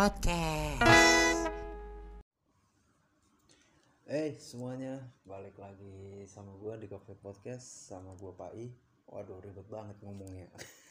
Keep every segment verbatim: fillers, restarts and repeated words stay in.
Podcast. Eh hey, semuanya, balik lagi sama gue di Coffee Podcast sama gue Pai. Waduh ribet banget ngomongnya.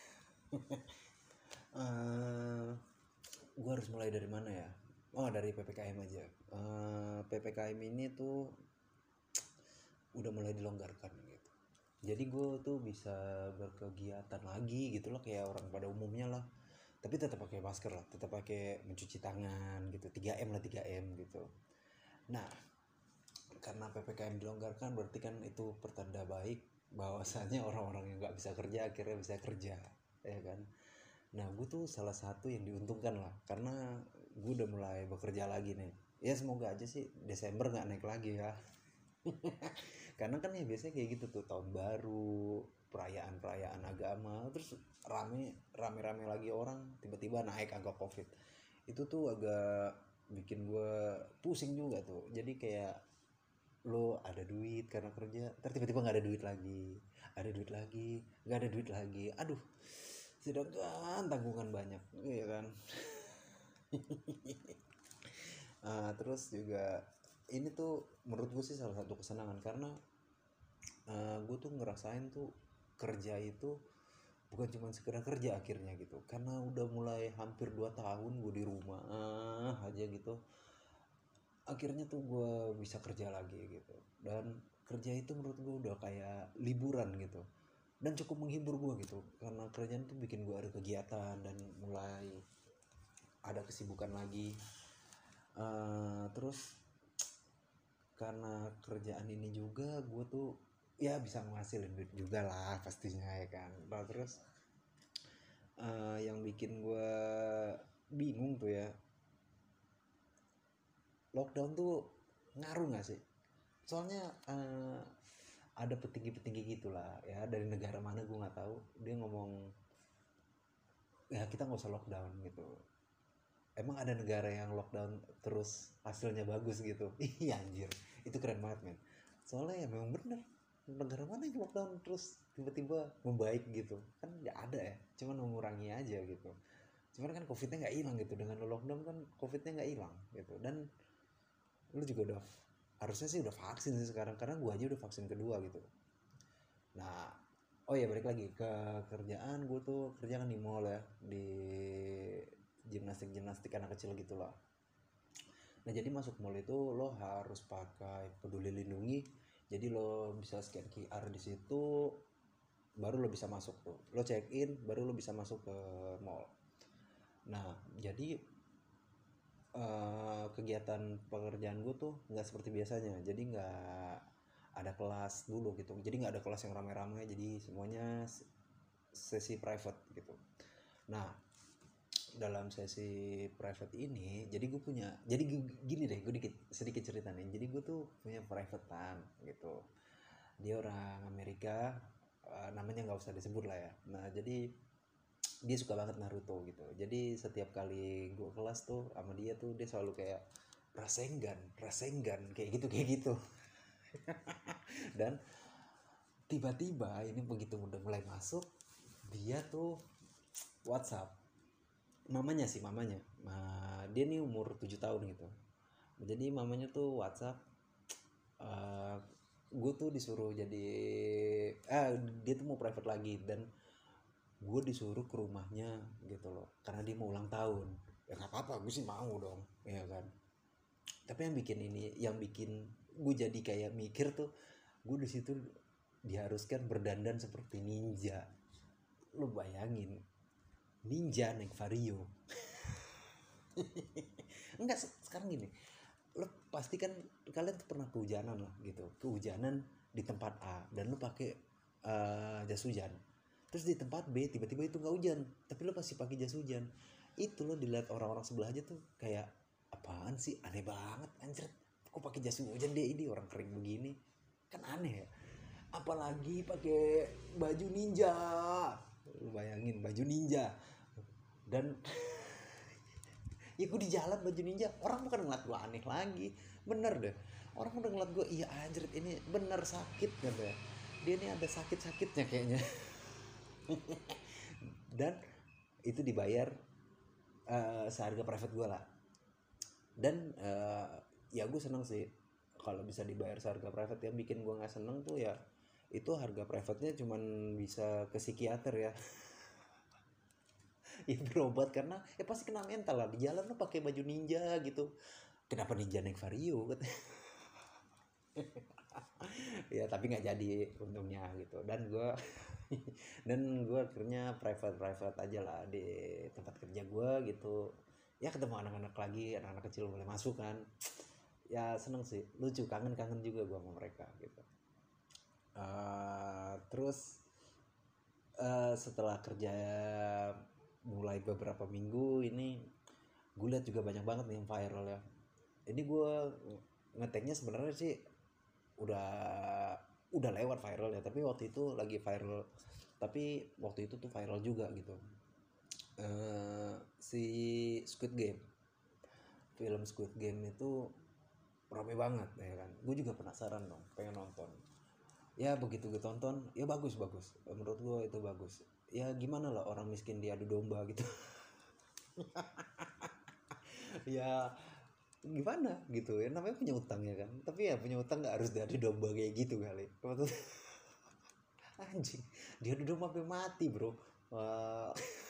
uh, gue harus mulai dari mana ya? Oh dari P P K M aja. uh, P P K M ini tuh udah mulai dilonggarkan gitu. Jadi gue tuh bisa berkegiatan lagi gitu loh, kayak orang pada umumnya lah. Tapi tetap pakai masker lah, tetap pakai mencuci tangan gitu, tiga M lah tiga M gitu. Nah, karena P P K M dilonggarkan berarti kan itu pertanda baik bahwasanya orang-orang yang nggak bisa kerja akhirnya bisa kerja, ya kan. Nah gue tuh salah satu yang diuntungkan lah, karena gue udah mulai bekerja lagi nih. Ya semoga aja sih Desember nggak naik lagi ya. Karena kan ya biasanya kayak gitu tuh, tahun baru, perayaan-perayaan agama, terus rame rame-rame lagi orang, tiba-tiba naik angka COVID. Itu tuh agak bikin gue pusing juga tuh. Jadi kayak lo ada duit karena kerja, ntar tiba-tiba nggak ada duit lagi, ada duit lagi, nggak ada duit lagi. Aduh, sedangkan tanggungan banyak, iya kan. uh, terus juga ini tuh menurut gue sih salah satu kesenangan, karena uh, gue tuh ngerasain tuh kerja itu bukan cuma sekedar kerja akhirnya gitu, karena udah mulai hampir dua tahun gue di rumah uh, aja gitu. Akhirnya tuh gue bisa kerja lagi gitu, dan kerja itu menurut gue udah kayak liburan gitu, dan cukup menghibur gue gitu, karena kerjaan tuh bikin gue ada kegiatan dan mulai ada kesibukan lagi. Uh, terus karena kerjaan ini juga gue tuh ya bisa menghasilin duit juga lah pastinya, ya kan. Nah, terus uh, yang bikin gue bingung tuh ya, lockdown tuh ngaruh nggak sih? Soalnya uh, ada petinggi-petinggi gitulah ya, dari negara mana gue nggak tahu, dia ngomong ya kita nggak usah lockdown gitu. Emang ada negara yang lockdown terus hasilnya bagus gitu? Iya anjir, itu keren banget men. Soalnya ya memang bener, negara mana yang lockdown terus tiba-tiba membaik gitu kan? Nggak ada ya, cuman mengurangi aja gitu. Cuman kan covidnya nggak hilang gitu, dengan lockdown kan covidnya nggak hilang gitu. Dan lu juga udah, harusnya sih udah vaksin sih sekarang, karena gua aja udah vaksin kedua gitu. Nah, oh ya balik lagi ke kerjaan, gue tuh kerja kan di mall ya, di gimnastik-gimnastik anak kecil gitulah. Nah jadi masuk mall itu lo harus pakai peduli lindungi, jadi lo bisa scan Q R di situ, baru lo bisa masuk tuh. Lo check in, baru lo bisa masuk ke mall. Nah jadi uh, kegiatan pekerjaan gue tuh nggak seperti biasanya, jadi nggak ada kelas dulu gitu, jadi nggak ada kelas yang ramai-ramai, jadi semuanya sesi private gitu. Nah dalam sesi private ini, jadi gue punya, jadi gini deh, gue dikit sedikit cerita nih. Jadi gue tuh punya privatean gitu, dia orang Amerika, uh, namanya nggak usah disebut lah ya. Nah jadi dia suka banget Naruto gitu, jadi setiap kali gue kelas tuh sama dia tuh, dia selalu kayak Rasengan, Rasengan kayak gitu kayak gitu. Dan tiba-tiba ini begitu udah mulai masuk, dia tuh WhatsApp mamanya sih, mamanya nah, dia nih umur tujuh tahun gitu. Jadi mamanya tuh WhatsApp, uh, gue tuh disuruh jadi ah dia tuh mau private lagi, dan gue disuruh ke rumahnya gitu loh, karena dia mau ulang tahun. Ya nggak apa-apa, gue sih mau dong, ya kan. Tapi yang bikin ini, yang bikin gue jadi kayak mikir tuh, gue di situ diharuskan berdandan seperti ninja. Lo bayangin, ninja naik vario. Enggak, sekarang gini, lo pasti kan kalian tuh pernah kehujanan lah gitu, kehujanan di tempat A, dan lo pakai uh, jas hujan. Terus di tempat B tiba-tiba itu nggak hujan, tapi lo pasti pakai jas hujan. Itu lo dilihat orang-orang sebelah aja tuh kayak apaan sih, aneh banget anjir, kok pakai jas hujan dia, ini orang kering begini kan, aneh ya. Apalagi pakai baju ninja, lo bayangin baju ninja. Dan ya gue di jalan baju ninja, orang bukan ngeliat gue aneh lagi, bener deh, orang udah ngeliat gue, iya anjir ini bener sakit kan ya, dia ini ada sakit-sakitnya kayaknya. Dan itu dibayar uh, seharga private gue lah. Dan uh, ya gue seneng sih kalau bisa dibayar seharga private. Yang bikin gue nggak seneng tuh ya itu harga private-nya cuman bisa ke psikiater ya. Ya berobat karena ya pasti kena mental lah, di jalan lo pakai baju ninja gitu, kenapa ninja naik vario katanya. Ya tapi nggak jadi untungnya gitu. Dan gue dan gue akhirnya private private aja lah di tempat kerja gue gitu. Ya ketemu anak-anak lagi, anak-anak kecil boleh masuk kan, ya seneng sih, lucu, kangen-kangen juga gue sama mereka gitu. Uh, terus uh, setelah kerja mulai beberapa minggu ini, gue lihat juga banyak banget nih yang viral ya. Ini gue ngeteknya sebenarnya sih udah udah lewat viral ya, tapi waktu itu lagi viral, tapi waktu itu tuh viral juga gitu. Uh, si Squid Game, film Squid Game itu rame banget ya kan. Gue juga penasaran dong, pengen nonton. Ya begitu gue tonton, ya bagus bagus. Menurut gue itu bagus. Ya gimana lah orang miskin diadu domba gitu. Ya gimana gitu ya, namanya punya utang ya kan. Tapi ya punya utang nggak harus diadu domba kayak gitu kali. Anjing, diadu domba sampai mati bro. Wah.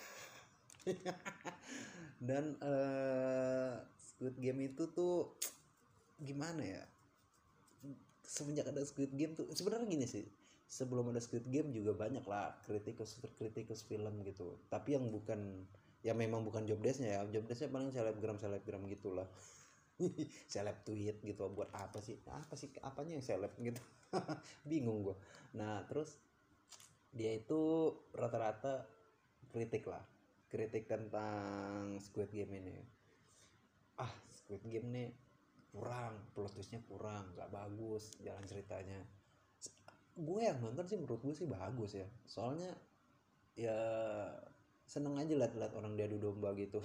Dan uh, Squid Game itu tuh gimana ya, semenjak ada Squid Game tuh sebenarnya gini sih, sebelum ada Squid Game juga banyak lah kritikus kritikus film gitu, tapi yang bukan, ya memang bukan job desknya ya, job desknya paling selebgram selebgram gitulah. Seleb tweet gitu, buat apa sih, apa sih apanya yang seleb gitu. Bingung gue. Nah terus dia itu rata-rata kritik lah, kritik tentang Squid Game ini. Ah Squid Game nih kurang, plot twistnya kurang, nggak bagus jalan ceritanya. Gue yang nonton sih menurut gue sih bagus ya, soalnya ya seneng aja liat-liat orang diadu domba gitu.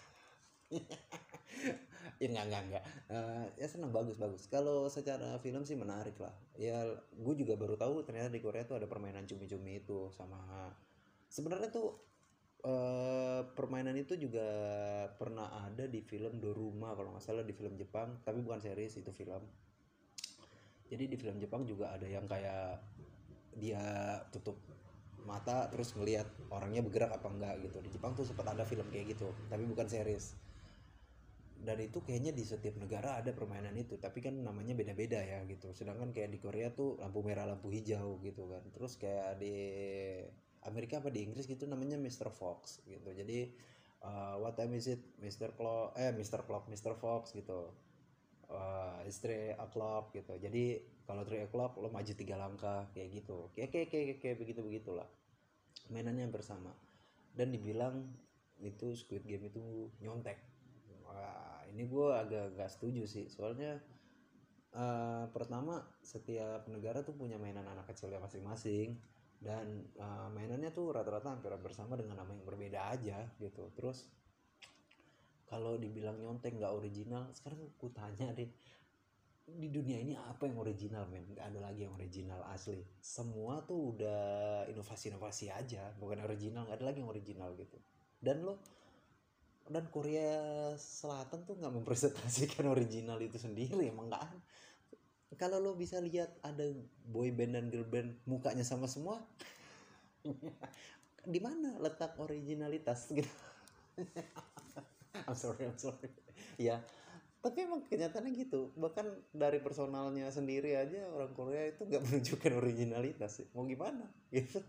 Ya nggak nggak nggak uh, ya seneng, bagus bagus. Kalau secara film sih menarik lah ya. Gue juga baru tahu ternyata di Korea tuh ada permainan cumi-cumi itu, sama sebenarnya tuh uh, permainan itu juga pernah ada di film Doruma kalau nggak salah, di film Jepang, tapi bukan series, itu film. Jadi di film Jepang juga ada yang kayak dia tutup mata terus ngelihat orangnya bergerak apa enggak gitu. Di Jepang tuh sempat ada film kayak gitu, tapi bukan series. Dan itu kayaknya di setiap negara ada permainan itu, tapi kan namanya beda-beda ya gitu. Sedangkan kayak di Korea tuh lampu merah lampu hijau gitu kan. Terus kayak di Amerika apa di Inggris gitu namanya mister Fox gitu. Jadi uh, what time is it mister Clock, eh mister Clock mister Fox gitu. Uh, it's three o'clock gitu. Jadi kalau three o'clock lo maju tiga langkah kayak gitu. Kayak kayak kayak, kayak begitu begitulah. Mainannya yang bersama. Dan dibilang itu Squid Game itu nyontek. Wah, ini gue agak gak setuju sih. Soalnya uh, pertama setiap negara tuh punya mainan anak kecilnya masing-masing. Dan uh, mainannya tuh rata-rata hampir bersama dengan nama yang berbeda aja gitu. Terus kalau dibilang nyontek gak original, sekarang gue tanya deh, di dunia ini apa yang original men? Gak ada lagi yang original asli. Semua tuh udah inovasi-inovasi aja, bukan original, gak ada lagi yang original gitu. Dan lo dan Korea Selatan tuh nggak mempresentasikan original itu sendiri, emang nggak. Kalau lo bisa lihat ada boy band dan girl band mukanya sama semua, di mana letak originalitas gitu. I'm sorry I'm sorry ya, tapi emang kenyataannya gitu. Bahkan dari personalnya sendiri aja orang Korea itu nggak menunjukkan originalitas, mau gimana gitu.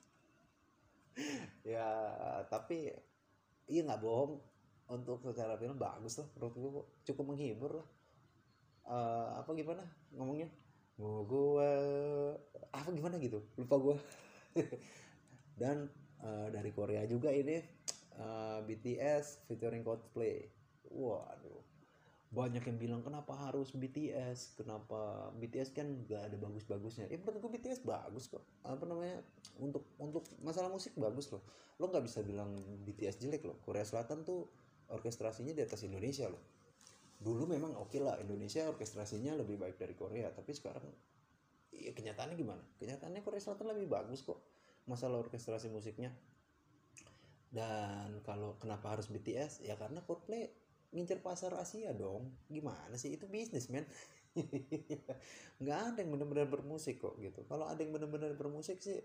Ya tapi iya nggak bohong, untuk secara film bagus lah menurut gue, cukup menghibur lah. Uh, apa gimana ngomongnya, mau gue apa gimana gitu lupa gue. Dan uh, dari Korea juga ini uh, B T S featuring Coldplay. Waduh, banyak yang bilang kenapa harus B T S, kenapa B T S kan gak ada bagus-bagusnya. Ya menurut gue B T S bagus kok, apa namanya, untuk untuk masalah musik bagus loh. Lo nggak bisa bilang B T S jelek loh. Korea Selatan tuh orkestrasinya di atas Indonesia loh. Dulu memang oke okay lah Indonesia orkestrasinya lebih baik dari Korea, tapi sekarang ya kenyataannya gimana? Kenyataannya Korea Selatan lebih bagus kok masalah orkestrasi musiknya. Dan kalau kenapa harus B T S ya karena Coldplay ngincer pasar Asia dong, gimana sih, itu bisnis men. Nggak ada yang benar-benar bermusik kok gitu. Kalau ada yang benar-benar bermusik sih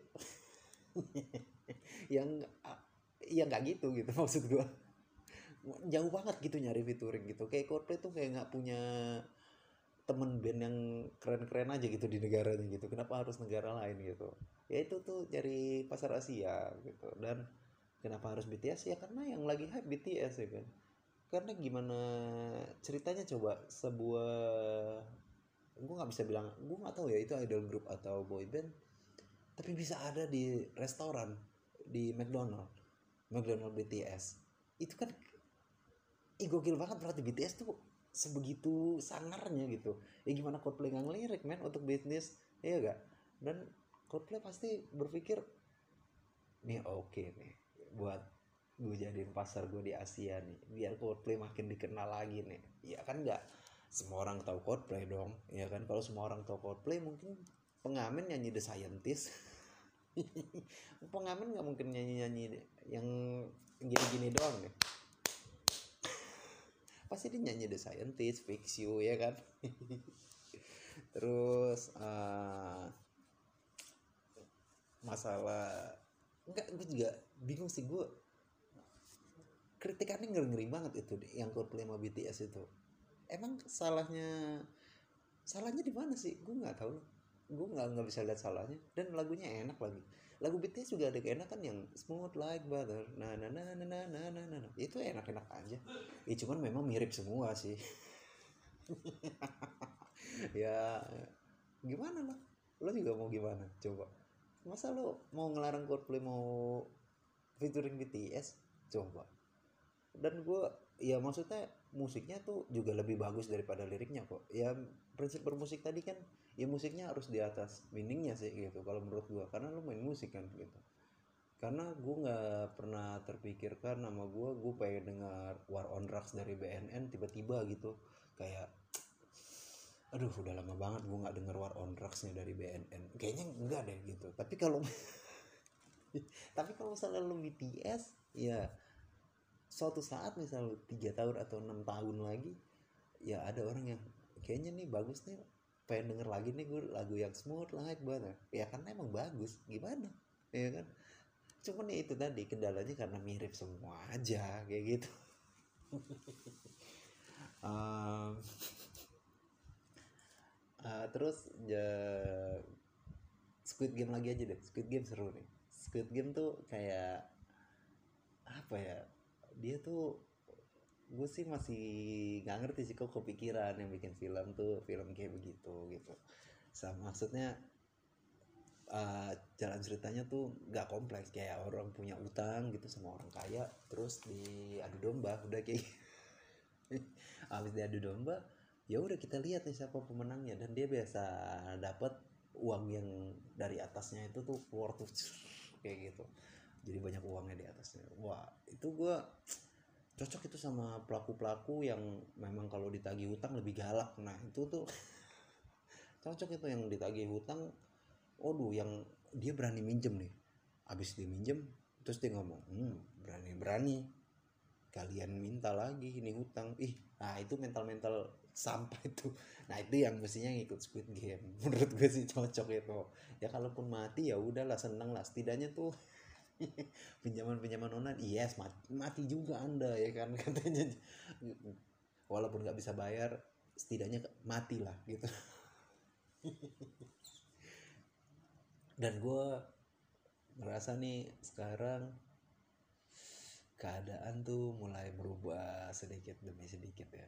yang ya nggak gitu gitu maksud gua, jauh banget gitu nyari featuring gitu. Kayak Coldplay tuh kayak nggak punya temen band yang keren-keren aja gitu di negaranya gitu, kenapa harus negara lain gitu. Ya itu tuh cari pasar Asia gitu. Dan kenapa harus B T S ya karena yang lagi hype B T S ya kan. Karena gimana ceritanya coba, sebuah, gue nggak bisa bilang, gue nggak tahu ya itu idol group atau boy band, tapi bisa ada di restoran, di McDonald McDonald B T S. Itu kan ih gokil banget, berarti B T S tuh sebegitu sangarnya gitu. Ya gimana Coldplay nggak ngelirik men untuk bisnis, iya gak? Dan Coldplay pasti berpikir nih oke okay nih buat gue jadiin pasar gue di Asia nih, biar Coldplay makin dikenal lagi nih. Ya kan nggak semua orang tahu Coldplay dong, ya kan. Kalau semua orang tahu Coldplay mungkin pengamen nyanyi The Scientist. Pengamen nggak mungkin nyanyi-nyanyi yang gini-gini doang deh, pasti dia nyanyi The Scientist, Fix You ya kan. Terus uh, masalah enggak, gue juga bingung sih, gue kritikannya ngeri-ngeri banget itu deh, yang Coldplay sama B T S itu. Emang salahnya salahnya di mana sih? Gue nggak tahu. Gue nggak nggak bisa lihat salahnya. Dan lagunya enak lagi. Lagu B T S juga ada keenakan yang Smooth Like Butter. Nah, nah, nah, nah, nah, nah, nah, nah. Itu enak-enak aja. Ya cuman memang mirip semua sih. Ya gimana lah. Lo juga mau gimana? Coba. Masa lo mau ngelarang Coldplay mau featuring B T S? Coba. Dan gue ya maksudnya musiknya tuh juga lebih bagus daripada liriknya kok. Ya prinsip bermusik tadi kan, ya musiknya harus di atas meaningnya sih gitu kalau menurut gue, karena lu main musik kan gitu. Karena gue nggak pernah terpikirkan nama gue gue pengen dengar War on Drugs dari B N N tiba-tiba gitu, kayak aduh udah lama banget gue nggak denger War on Drugs nya dari B N N, kayaknya enggak deh gitu. Tapi kalau tapi kalau misalnya lu B T S ya suatu saat misal tiga tahun atau enam tahun lagi ya ada orang yang kayaknya nih bagus nih, pengen denger lagi nih gue lagu yang Smooth Like Butter, ya karena emang bagus, gimana ya kan. Cuman ya itu tadi kendalanya karena mirip semua aja kayak gitu. um, uh, terus ya Squid Game lagi aja deh. Squid Game seru nih. Squid Game tuh kayak apa ya, dia tuh gue sih masih nggak ngerti sih kok kepikiran yang bikin film tuh film kayak begitu gitu. Sama maksudnya uh, jalan ceritanya tuh nggak kompleks, kayak orang punya utang gitu sama orang kaya terus diadu domba udah kayak gitu. Habis diadu domba ya udah kita lihat nih siapa pemenangnya, dan dia biasa dapat uang yang dari atasnya itu tuh keluar tuh kayak gitu, jadi banyak uangnya di atasnya. Wah itu gue cocok itu sama pelaku-pelaku yang memang kalau ditagih hutang lebih galak. Nah itu tuh cocok itu yang ditagih hutang. Waduh, yang dia berani minjem nih, abis dia minjem terus dia ngomong hmm, berani-berani kalian minta lagi ini hutang. Ih, nah itu mental-mental sampah itu. Nah itu yang mestinya ngikut Squid Game. Menurut gue sih cocok itu. Ya kalaupun mati ya udahlah, seneng lah setidaknya tuh. Pinjaman-pinjaman online yes mati, mati juga anda ya kan katanya, walaupun nggak bisa bayar setidaknya mati lah gitu. Dan gue ngerasa nih sekarang keadaan tuh mulai berubah sedikit demi sedikit ya.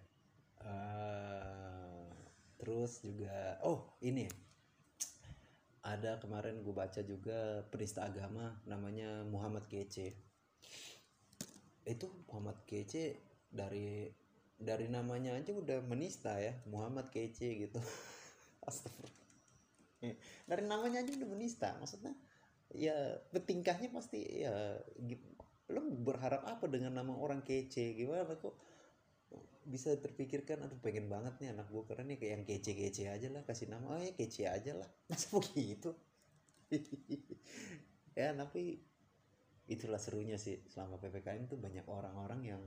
Uh, terus juga oh ini ada kemarin gue baca juga penista agama namanya Muhammad Kece. Itu Muhammad Kece dari dari namanya aja udah menista ya, Muhammad Kece gitu. Astagfirullah. Dari namanya aja udah menista, maksudnya ya bertingkahnya pasti ya lo berharap apa dengan nama orang kece, gimana kok bisa terpikirkan aduh pengen banget nih anak gue keren nih kayak yang kece-kece aja lah, kasih nama oh ya kece aja lah, masa begitu. Ya tapi itulah serunya sih selama P P K M tuh, banyak orang-orang yang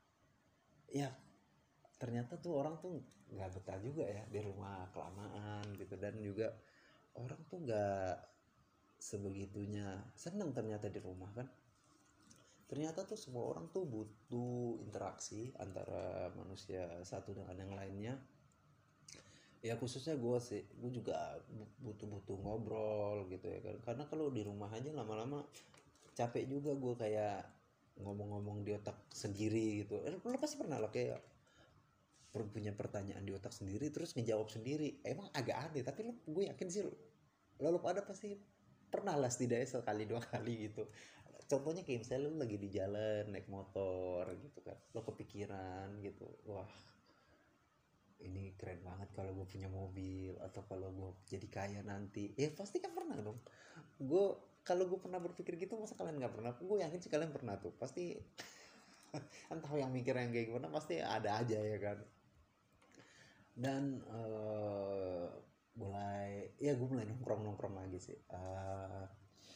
ya ternyata tuh orang tuh nggak betah juga ya di rumah kelamaan gitu, dan juga orang tuh nggak sebegitunya senang ternyata di rumah kan. Ternyata tuh semua orang tuh butuh interaksi antara manusia satu dengan yang lainnya. Ya khususnya gue sih, gue juga butuh-butuh ngobrol gitu ya kan, karena kalau di rumah aja lama-lama capek juga gue, kayak ngomong-ngomong di otak sendiri gitu. Eh, lo pasti pernah lah kayak punya pertanyaan di otak sendiri terus ngejawab sendiri, emang agak aneh tapi lo, gue yakin sih lo, lo pada pasti pernah lah setidaknya sekali dua kali gitu. Contohnya kayak misalnya lo lagi di jalan naik motor gitu kan, lo kepikiran gitu, wah ini keren banget kalau gue punya mobil, atau kalau gue jadi kaya nanti. Ya pasti kan pernah dong. Gue kalau gue pernah berpikir gitu, masa kalian nggak pernah? Gue yakin sih kalian pernah tuh pasti. Entah yang mikir yang kayak gimana, pasti ada aja ya kan. Dan uh, mulai ya gue mulai nongkrong nongkrong lagi sih, uh,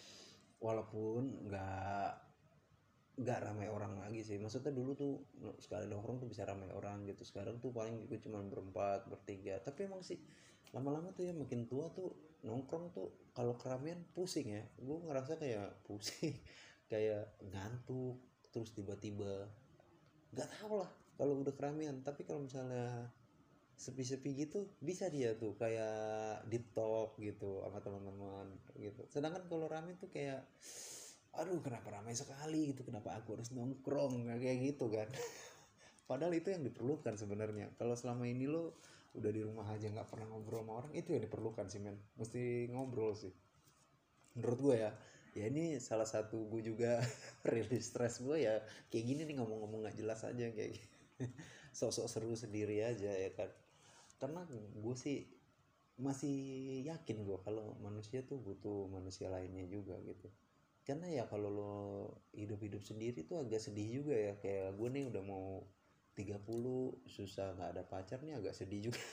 walaupun nggak nggak ramai orang lagi sih. Maksudnya dulu tuh sekali nongkrong tuh bisa ramai orang gitu, sekarang tuh paling gue cuma berempat bertiga. Tapi emang sih lama-lama tuh ya makin tua tuh nongkrong tuh kalau keramaian pusing ya, gue ngerasa kayak pusing kayak ngantuk, terus tiba-tiba nggak tahu lah kalau udah keramaian. Tapi kalau misalnya sepi-sepi gitu bisa dia tuh kayak deep talk gitu sama teman-teman gitu. Sedangkan kalau rame tuh kayak aduh kenapa ramai sekali gitu, kenapa aku harus nongkrong kayak gitu kan. Padahal itu yang diperlukan sebenarnya. Kalau selama ini lo udah di rumah aja nggak pernah ngobrol sama orang, itu yang diperlukan sih men, mesti ngobrol sih menurut gue ya. Ya ini salah satu gue juga rilis stres gue ya kayak gini nih, ngomong-ngomong nggak jelas aja kayak gini. Sok-sok seru sendiri aja ya kan. Karena gue sih masih yakin gue kalau manusia tuh butuh manusia lainnya juga gitu. Karena ya kalau lo hidup-hidup sendiri tuh agak sedih juga ya, kayak gue nih udah mau tiga puluh susah nggak ada pacar nih, agak sedih juga.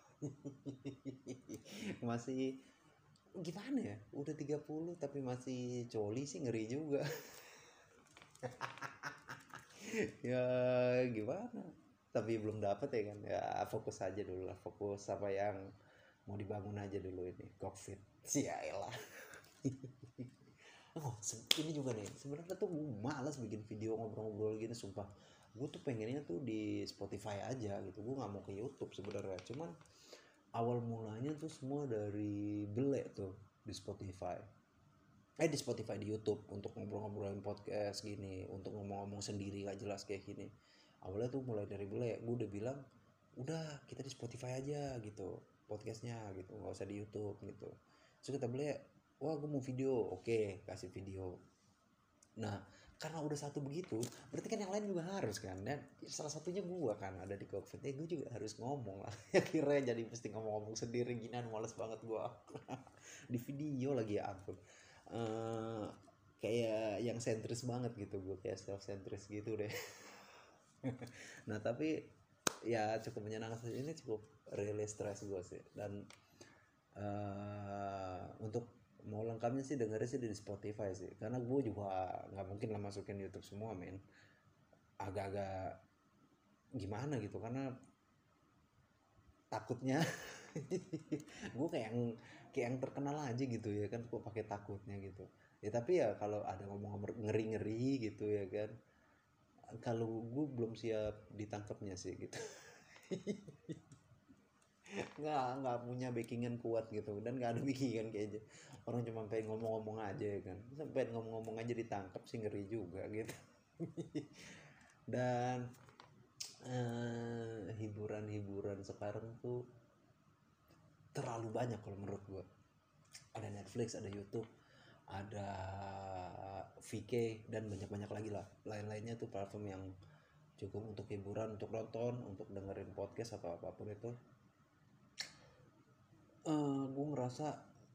Masih gimana ya, udah tiga puluh tapi masih coli sih ngeri juga. Ya gimana, tapi belum dapet ya kan. Ya fokus aja dulu lah, fokus apa yang mau dibangun aja dulu ini covid. Sialah. Oh ini juga nih sebenarnya tuh gue malas bikin video ngobrol-ngobrol gini sumpah. Gue tuh pengennya tuh di Spotify aja gitu, gue nggak mau ke YouTube sebenarnya. Cuman awal mulanya tuh semua dari Bele tuh di Spotify. Eh di Spotify, di YouTube, untuk ngobrol-ngobrolin podcast gini, untuk ngomong-ngomong sendiri gak jelas kayak gini. Awalnya tuh mulai dari Bele, gue udah bilang udah kita di Spotify aja gitu podcastnya gitu, nggak usah di YouTube gitu. Terus kata Bele, wah gue mau video, oke kasih video. Nah karena udah satu begitu, berarti kan yang lain juga harus kan, dan salah satunya gue kan ada di COVID, eh gue juga harus ngomong lah. Akhirnya jadi mesti ngomong-ngomong sendiri ginian, males banget gue. Di video lagi ya ampun. Uh, kayak yang sentris banget gitu, gue kayak self sentris gitu deh. Nah tapi ya cukup menyenangkan, ini cukup rilis stres gue sih. Dan uh, untuk mau lengkapnya sih dengerin sih di Spotify sih, karena gue juga nggak mungkin lah masukin YouTube semua men, agak-agak gimana gitu, karena takutnya gue kayak yang kayak yang terkenal aja gitu ya kan, gue pakai takutnya gitu ya. Tapi ya kalau ada ngomong ngeri-ngeri gitu ya kan, kalau gue belum siap ditangkapnya sih gitu. nggak nggak punya backingan kuat gitu, dan nggak ada backingan kayaknya, orang cuma pengen ngomong-ngomong aja ya kan, sampai ngomong-ngomong aja ditangkap sih ngeri juga gitu. Dan uh, hiburan-hiburan sekarang tuh terlalu banyak kalau menurut gue. Ada Netflix, ada YouTube, ada V K, dan banyak-banyak lagi lah lain-lainnya tuh platform yang cukup untuk hiburan, untuk nonton, untuk dengerin podcast atau apapun itu. Uh, gue ngerasa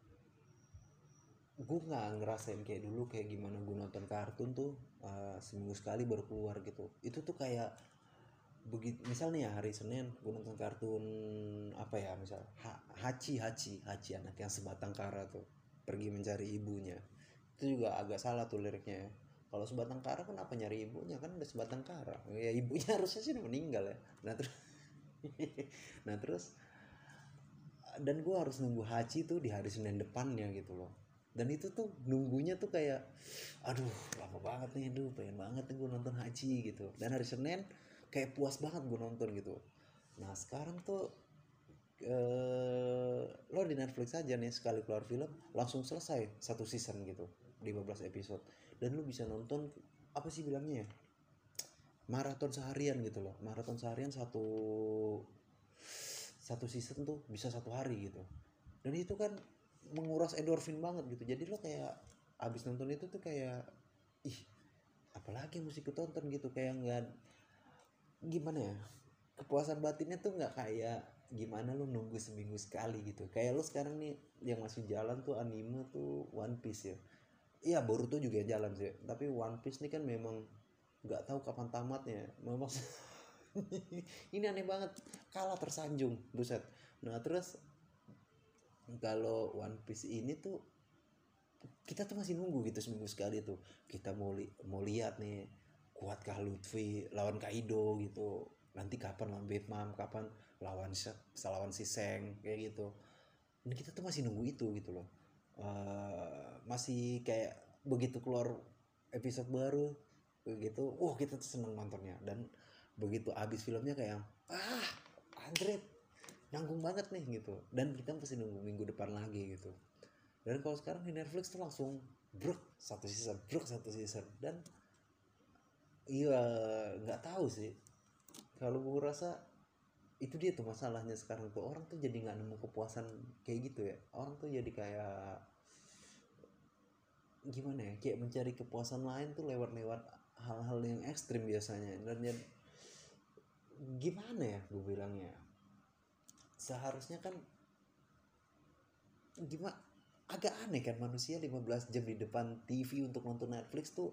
gue nggak ngerasain kayak dulu, kayak gimana gue nonton kartun tuh uh, seminggu sekali baru keluar gitu. Itu tuh kayak begitu, misalnya ya hari Senin gue nonton kartun apa ya, misal ha- Hachi Hachi Hachi anak yang sebatang kara tuh pergi mencari ibunya. Itu juga agak salah tuh liriknya ya. Kalau sebatang kara kenapa nyari ibunya, kan udah sebatang kara ya, ibunya harusnya sih udah meninggal ya. Nah terus nah terus dan gue harus nunggu haji tuh di hari Senin depannya gitu loh. Dan itu tuh nunggunya tuh kayak aduh lama banget nih, aduh pengen banget nih gue nonton haji gitu. Dan hari Senin kayak puas banget gue nonton gitu. Nah sekarang tuh eh, lo di Netflix aja nih, sekali keluar film langsung selesai satu season gitu, lima belas episode. Dan lo bisa nonton apa sih bilangnya ya, maraton seharian gitu loh. Maraton seharian satu satu season tuh bisa satu hari gitu. Dan itu kan menguras endorfin banget gitu. Jadi lo kayak abis nonton itu tuh kayak ih apalagi yang mesti kutonton gitu, kayak nggak gimana ya, kepuasan batinnya tuh nggak kayak gimana lo nunggu seminggu sekali gitu. Kayak lo sekarang nih yang masih jalan tuh anime tuh One Piece ya. Iya Boruto juga jalan sih, tapi One Piece nih kan memang nggak tahu kapan tamatnya memang. Ini aneh banget, kalah tersanjung buset. Nah terus kalau One Piece ini tuh kita tuh masih nunggu gitu seminggu sekali tuh, kita mau li mau lihat nih kuatkah Luffy lawan Kaido gitu, nanti kapan lawan Big Mom, kapan lawan lawan si Seng kayak gitu. Dan kita tuh masih nunggu itu gitu loh. Uh, masih kayak begitu keluar episode baru begitu, wah kita tuh seneng nontonnya. Dan begitu abis filmnya kayak ah anjrit nyangkung banget nih gitu, dan kita mesti nunggu minggu depan lagi gitu. Dan kalau sekarang di Netflix tuh langsung bruk satu season, bruk satu season. Dan iya nggak tahu sih, kalau gue rasa itu dia tuh masalahnya sekarang tuh, orang tuh jadi nggak nemu kepuasan kayak gitu ya. Orang tuh jadi kayak gimana ya, kayak mencari kepuasan lain tuh lewat-lewat hal-hal yang ekstrim biasanya. Dan ya, gimana ya gue bilangnya, seharusnya kan gimana, agak aneh kan manusia lima belas jam di depan T V untuk nonton Netflix tuh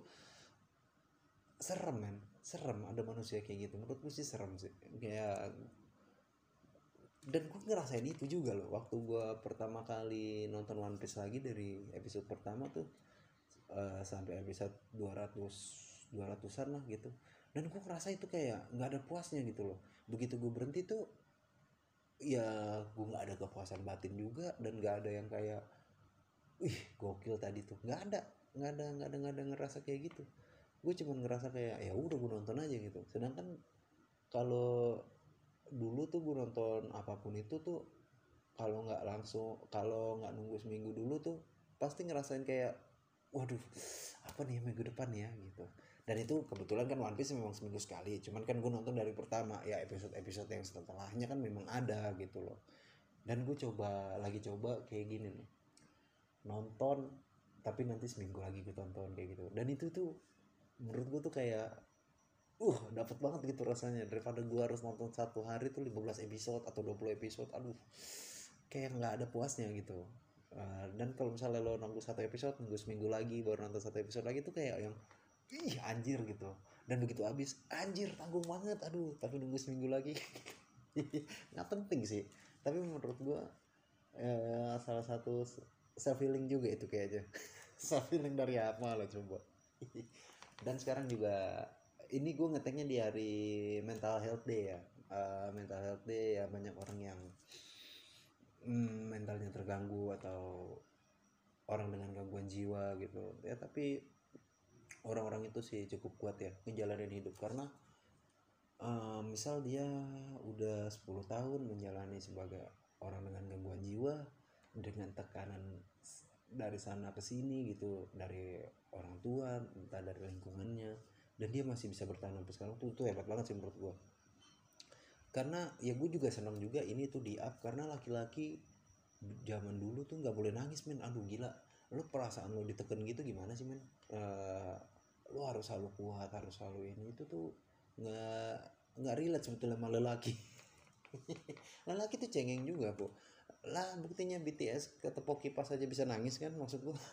serem men, serem ada manusia kayak gitu. Menurut gue sih serem sih kayak. Dan gue ngerasain itu juga loh waktu gue pertama kali nonton One Piece lagi dari episode pertama tuh uh, sampai episode dua ratus dua ratusan lah gitu. Dan gue ngerasa itu kayak nggak ada puasnya gitu loh. Begitu gue berhenti tuh ya gue nggak ada kepuasan batin juga, dan nggak ada yang kayak wih gokil tadi tuh, nggak ada nggak ada nggak ada nggak ada ngerasa kayak gitu. Gue cuma ngerasa kayak ya udah gue nonton aja gitu. Sedangkan kalau dulu tuh gue nonton apapun itu tuh kalau nggak langsung, kalau nggak nunggu seminggu dulu tuh pasti ngerasain kayak waduh apa nih minggu depan ya gitu. Dan itu kebetulan kan One Piece memang seminggu sekali, cuman kan gue nonton dari pertama ya, episode-episode yang setelahnya kan memang ada gitu loh. Dan gue coba lagi coba kayak gini nih, nonton tapi nanti seminggu lagi gue tonton kayak gitu. Dan itu tuh menurut gue tuh kayak uh dapat banget gitu rasanya, daripada gue harus nonton satu hari tuh lima belas episode atau dua puluh episode. Aduh kayak nggak ada puasnya gitu. Uh, dan kalau misalnya lo nunggu satu episode, nunggu seminggu lagi baru nonton satu episode lagi tuh kayak yang ih anjir gitu. Dan begitu habis anjir tanggung banget, aduh tapi nunggu seminggu lagi. Nggak penting sih, tapi menurut gue eh, salah satu self healing juga itu kayaknya. Self healing dari apa lo coba. Dan sekarang juga ini gue ngeteknya di hari mental health day ya. Uh, mental health day ya, banyak orang yang mm, mentalnya terganggu atau orang dengan gangguan jiwa gitu ya. Tapi orang-orang itu sih cukup kuat ya ngejalanin hidup, karena uh, misal dia udah sepuluh tahun menjalani sebagai orang dengan gangguan jiwa dengan tekanan dari sana ke sini gitu, dari orang tua entah dari lingkungannya, dan dia masih bisa bertahan sampai sekarang tuh, itu hebat banget sih menurut gue. Karena ya gue juga senang juga ini tuh di up, karena laki-laki zaman dulu tuh nggak boleh nangis men. Aduh gila, lu perasaan lu ditekan gitu gimana sih men. Uh, lu harus selalu kuat, harus selalu ini, itu tuh nggak nggak relate sebetulnya sama lelaki. Lelaki tuh cengeng juga kok lah, buktinya B T S ketepok kipas aja bisa nangis kan, maksud gua.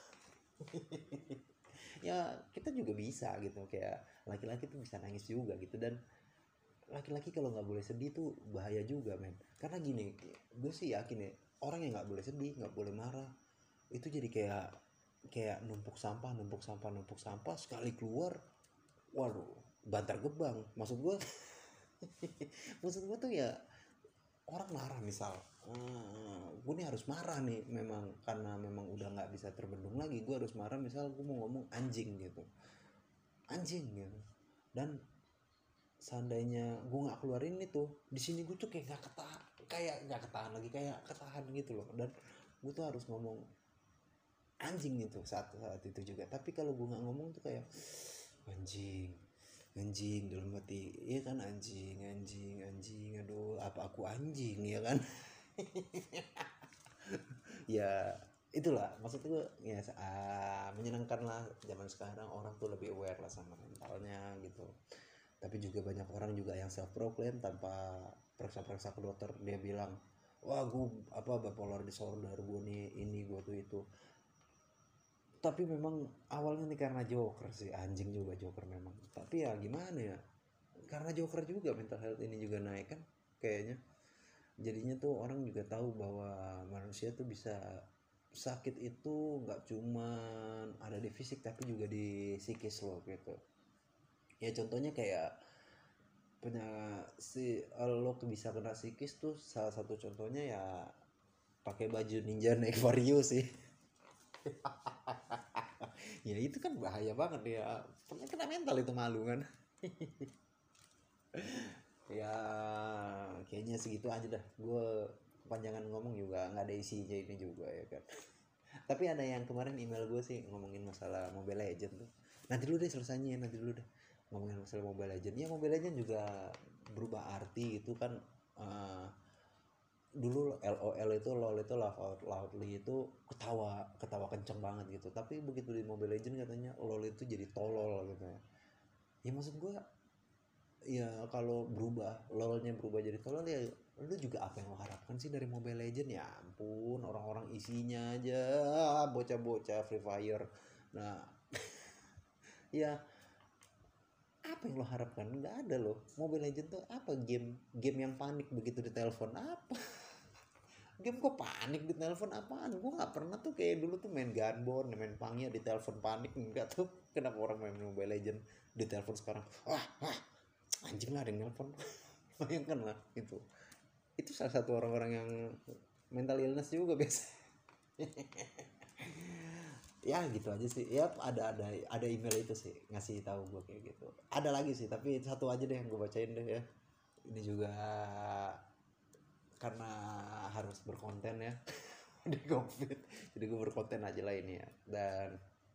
Ya kita juga bisa gitu, kayak laki-laki tuh bisa nangis juga gitu. Dan laki-laki kalau nggak boleh sedih tuh bahaya juga men. Karena gini, gue sih yakin ya, orang yang nggak boleh sedih, nggak boleh marah, itu jadi kayak kayak numpuk sampah numpuk sampah numpuk sampah sekali keluar, waduh, bantar gebang. Maksud gue maksud gue tuh ya, orang marah misal, uh, gue nih harus marah nih memang karena memang udah nggak bisa terbendung lagi, gue harus marah. Misal gue mau ngomong anjing gitu, anjing gitu, dan seandainya gue nggak keluarin itu di sini, gue tuh kayak nggak ketahan, kayak nggak ketahan lagi, kayak ketahan gitu loh. Dan gue tuh harus ngomong anjing gitu saat saat itu juga. Tapi kalau gue nggak ngomong tuh kayak anjing anjing dalam hati, iya kan, anjing anjing anjing aduh apa aku anjing ya kan. Ya itulah maksud gue ya, uh, menyenangkan lah zaman sekarang, orang tuh lebih aware lah sama mentalnya gitu. Tapi juga banyak orang juga yang self proclaim tanpa periksa-periksa ke dokter, dia bilang wah gue apa bipolar disorder, gue nih ini gue tuh itu. Tapi memang awalnya nih karena joker sih, anjing juga joker memang. Tapi ya gimana ya, karena joker juga mental health ini juga naik kan kayaknya. Jadinya tuh orang juga tahu bahwa manusia tuh bisa sakit itu nggak cuman ada di fisik tapi juga di psikis loh gitu. Ya contohnya kayak punya si lo bisa kena psikis tuh, salah satu contohnya ya pakai baju ninja naik vario sih. Ya itu kan bahaya banget ya, pernah kena mental itu, malu kan. Ya kayaknya segitu aja dah, gue kepanjangan ngomong juga nggak ada isinya ini juga ya kan. Tapi ada yang kemarin email gue sih ngomongin masalah Mobile Legend tuh, nanti dulu deh selesainya, nanti dulu deh ngomongin masalah Mobile Legend. Ya Mobile Legend juga berubah arti gitu kan. uh, Dulu L O L itu LOL itu laugh out loudly itu ketawa ketawa kenceng banget gitu, tapi begitu di Mobile Legend katanya LOL itu jadi tolol gitu ya. Ya maksud gue ya kalau berubah, LOL-nya berubah jadi tolol, ya lu juga apa yang lo harapkan sih dari Mobile Legend? Ya ampun, orang-orang isinya aja bocah-bocah Free Fire. Nah ya apa yang lo harapkan? Nggak ada loh. Mobile Legend tuh apa, game game yang panik begitu di telepon apa? Game kok panik di telepon apaan? Gue nggak pernah tuh kayak dulu tuh main Gunborn, main Pangya di telepon panik, enggak tuh. Kenapa orang main Mobile Legend di telepon sekarang? Wah, wah, anjing lah ada yang nelpon. Bayangkan lah itu. Itu salah satu orang-orang yang mental illness juga biasa. Ya gitu aja sih. Ya ada ada ada email itu sih ngasih tahu gue kayak gitu. Ada lagi sih, tapi satu aja deh yang gue bacain deh ya. Ini juga karena harus berkonten ya di COVID, jadi gue berkonten aja lah ini ya. Dan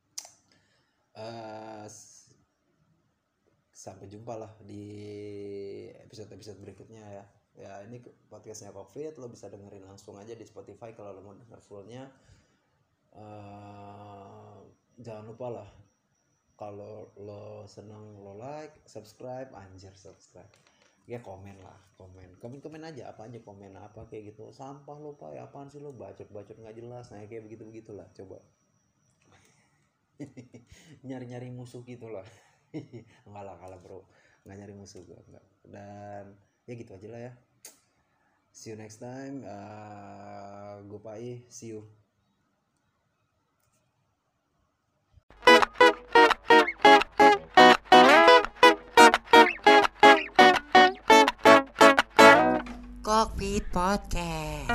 uh, sampai jumpa lah di episode-episode berikutnya ya. Ya ini podcastnya COVID, lo bisa dengerin langsung aja di Spotify kalau lo mau denger fullnya. Uh, jangan lupa lah kalau lo seneng lo like, subscribe, anjir subscribe. Ya komen lah, komen, komen komen aja apa aja, komen apa kayak gitu. Sampah lo pak, ya apaan sih lo, bacot bacot nggak jelas, nah kayak begitu begitulah. Coba nyari nyari musuh gitu lah. Enggak lah, kalah bro, nggak nyari musuh gue enggak. Dan ya gitu aja lah ya. See you next time. Uh, gue Pai, see you. Cockpit Podcast.